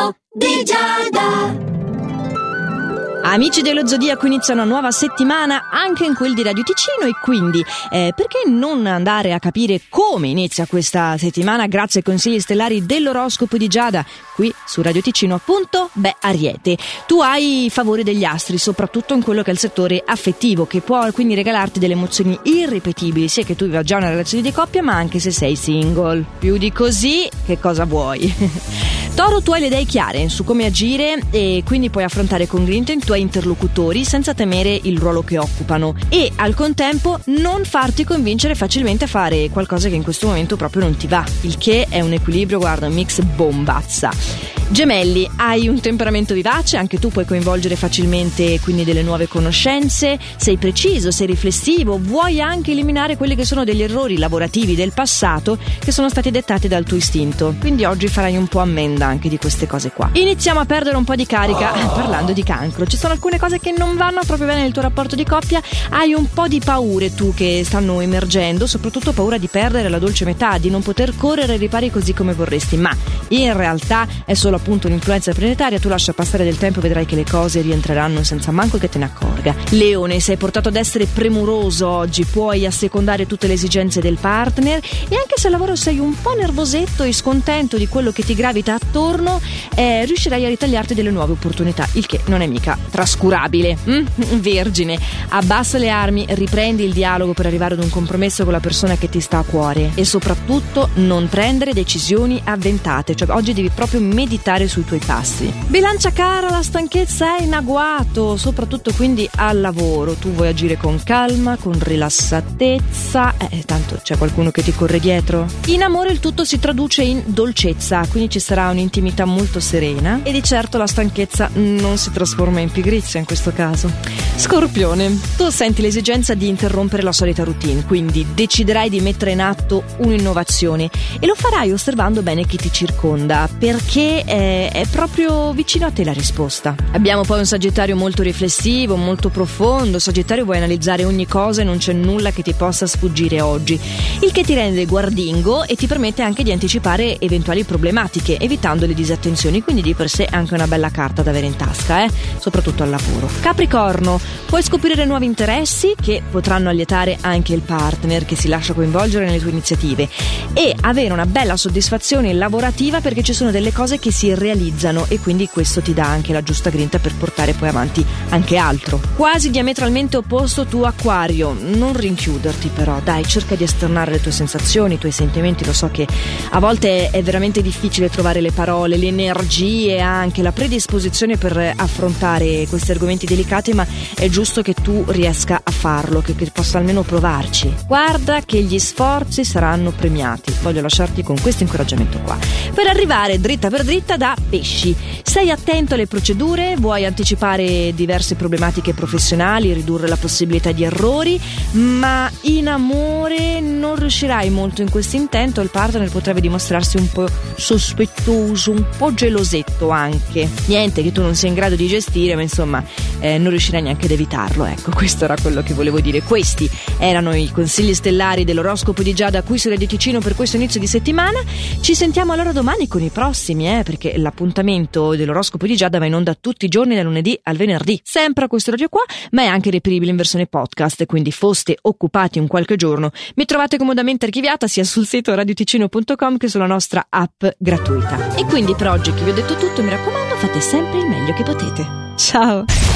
L'oroscopo di Giada. Amici dello Zodiaco, inizia una nuova settimana anche in quel di Radio Ticino e quindi perché non andare a capire come inizia questa settimana grazie ai consigli stellari dell'oroscopo di Giada qui su Radio Ticino, appunto? Ariete, tu hai i favori degli astri, soprattutto in quello che è il settore affettivo, che può quindi regalarti delle emozioni irripetibili, sia che tu viva già una relazione di coppia ma anche se sei single. Più di così, che cosa vuoi? Toro, tu hai le idee chiare su come agire e quindi puoi affrontare con grinta i tuoi interlocutori senza temere il ruolo che occupano e al contempo non farti convincere facilmente a fare qualcosa che in questo momento proprio non ti va, il che è un equilibrio, guarda, un mix bombazza. Gemelli, hai un temperamento vivace, anche tu puoi coinvolgere facilmente quindi delle nuove conoscenze, sei preciso, sei riflessivo, vuoi anche eliminare quelli che sono degli errori lavorativi del passato che sono stati dettati dal tuo istinto, quindi oggi farai un po' ammenda anche di queste cose qua. Iniziamo a perdere un po' di carica parlando di cancro, ci sono alcune cose che non vanno proprio bene nel tuo rapporto di coppia, hai un po' di paure tu che stanno emergendo, soprattutto paura di perdere la dolce metà, di non poter correre ai ripari così come vorresti, ma in realtà è solo appunto un'influenza planetaria, tu lascia passare del tempo e vedrai che le cose rientreranno senza manco che te ne accorga. Leone, sei portato ad essere premuroso oggi, puoi assecondare tutte le esigenze del partner e anche se al lavoro sei un po' nervosetto e scontento di quello che ti gravita attorno, riuscirai a ritagliarti delle nuove opportunità, il che non è mica trascurabile. Vergine, abbassa le armi, riprendi il dialogo per arrivare ad un compromesso con la persona che ti sta a cuore e soprattutto non prendere decisioni avventate, cioè oggi devi proprio meditare sui tuoi passi. Bilancia cara, la stanchezza è in agguato, soprattutto quindi al lavoro, tu vuoi agire con calma, con rilassatezza, tanto c'è qualcuno che ti corre dietro. In amore il tutto si traduce in dolcezza, quindi ci sarà un'intimità molto serena e di certo la stanchezza non si trasforma in pigrizia in questo caso. Scorpione, tu senti l'esigenza di interrompere la solita routine, quindi deciderai di mettere in atto un'innovazione e lo farai osservando bene chi ti circonda, perché è proprio vicino a te la risposta. Abbiamo poi un Sagittario molto riflessivo, molto profondo. Sagittario, vuoi analizzare ogni cosa e non c'è nulla che ti possa sfuggire oggi, il che ti rende guardingo e ti permette anche di anticipare eventuali problematiche, evitando le disattenzioni, quindi di per sé anche una bella carta da avere in tasca, soprattutto al lavoro. Capricorno, puoi scoprire nuovi interessi che potranno allietare anche il partner che si lascia coinvolgere nelle tue iniziative e avere una bella soddisfazione lavorativa perché ci sono delle cose che si realizzano e quindi questo ti dà anche la giusta grinta per portare poi avanti anche altro. Quasi diametralmente opposto tu Acquario, non rinchiuderti però, dai, cerca di esternare le tue sensazioni, i tuoi sentimenti, lo so che a volte è veramente difficile trovare le parole, le energie, anche la predisposizione per affrontare questi argomenti delicati, ma è giusto che tu riesca a farlo, che possa almeno provarci. Guarda che gli sforzi saranno premiati, voglio lasciarti con questo incoraggiamento qua. Per arrivare dritta per dritta da Pesci, sei attento alle procedure, vuoi anticipare diverse problematiche professionali, ridurre la possibilità di errori, ma in amore non riuscirai molto in questo intento, il partner potrebbe dimostrarsi un po' sospettoso, un po' gelosetto anche. Niente che tu non sia in grado di gestire, ma insomma non riuscirai neanche ad evitarlo, ecco, questo era quello che volevo dire. Questi erano i consigli stellari dell'oroscopo di Giada qui su Radio Ticino per questo inizio di settimana. Ci sentiamo allora domani con i prossimi, perché l'appuntamento dell'oroscopo di Giada va in onda tutti i giorni dal lunedì al venerdì, sempre a questo radio qua, ma è anche reperibile in versione podcast, quindi foste occupati un qualche giorno, mi trovate comodamente archiviata sia sul sito radioticino.com che sulla nostra app gratuita. E quindi per oggi che vi ho detto tutto, mi raccomando, fate sempre il meglio che potete. Ciao!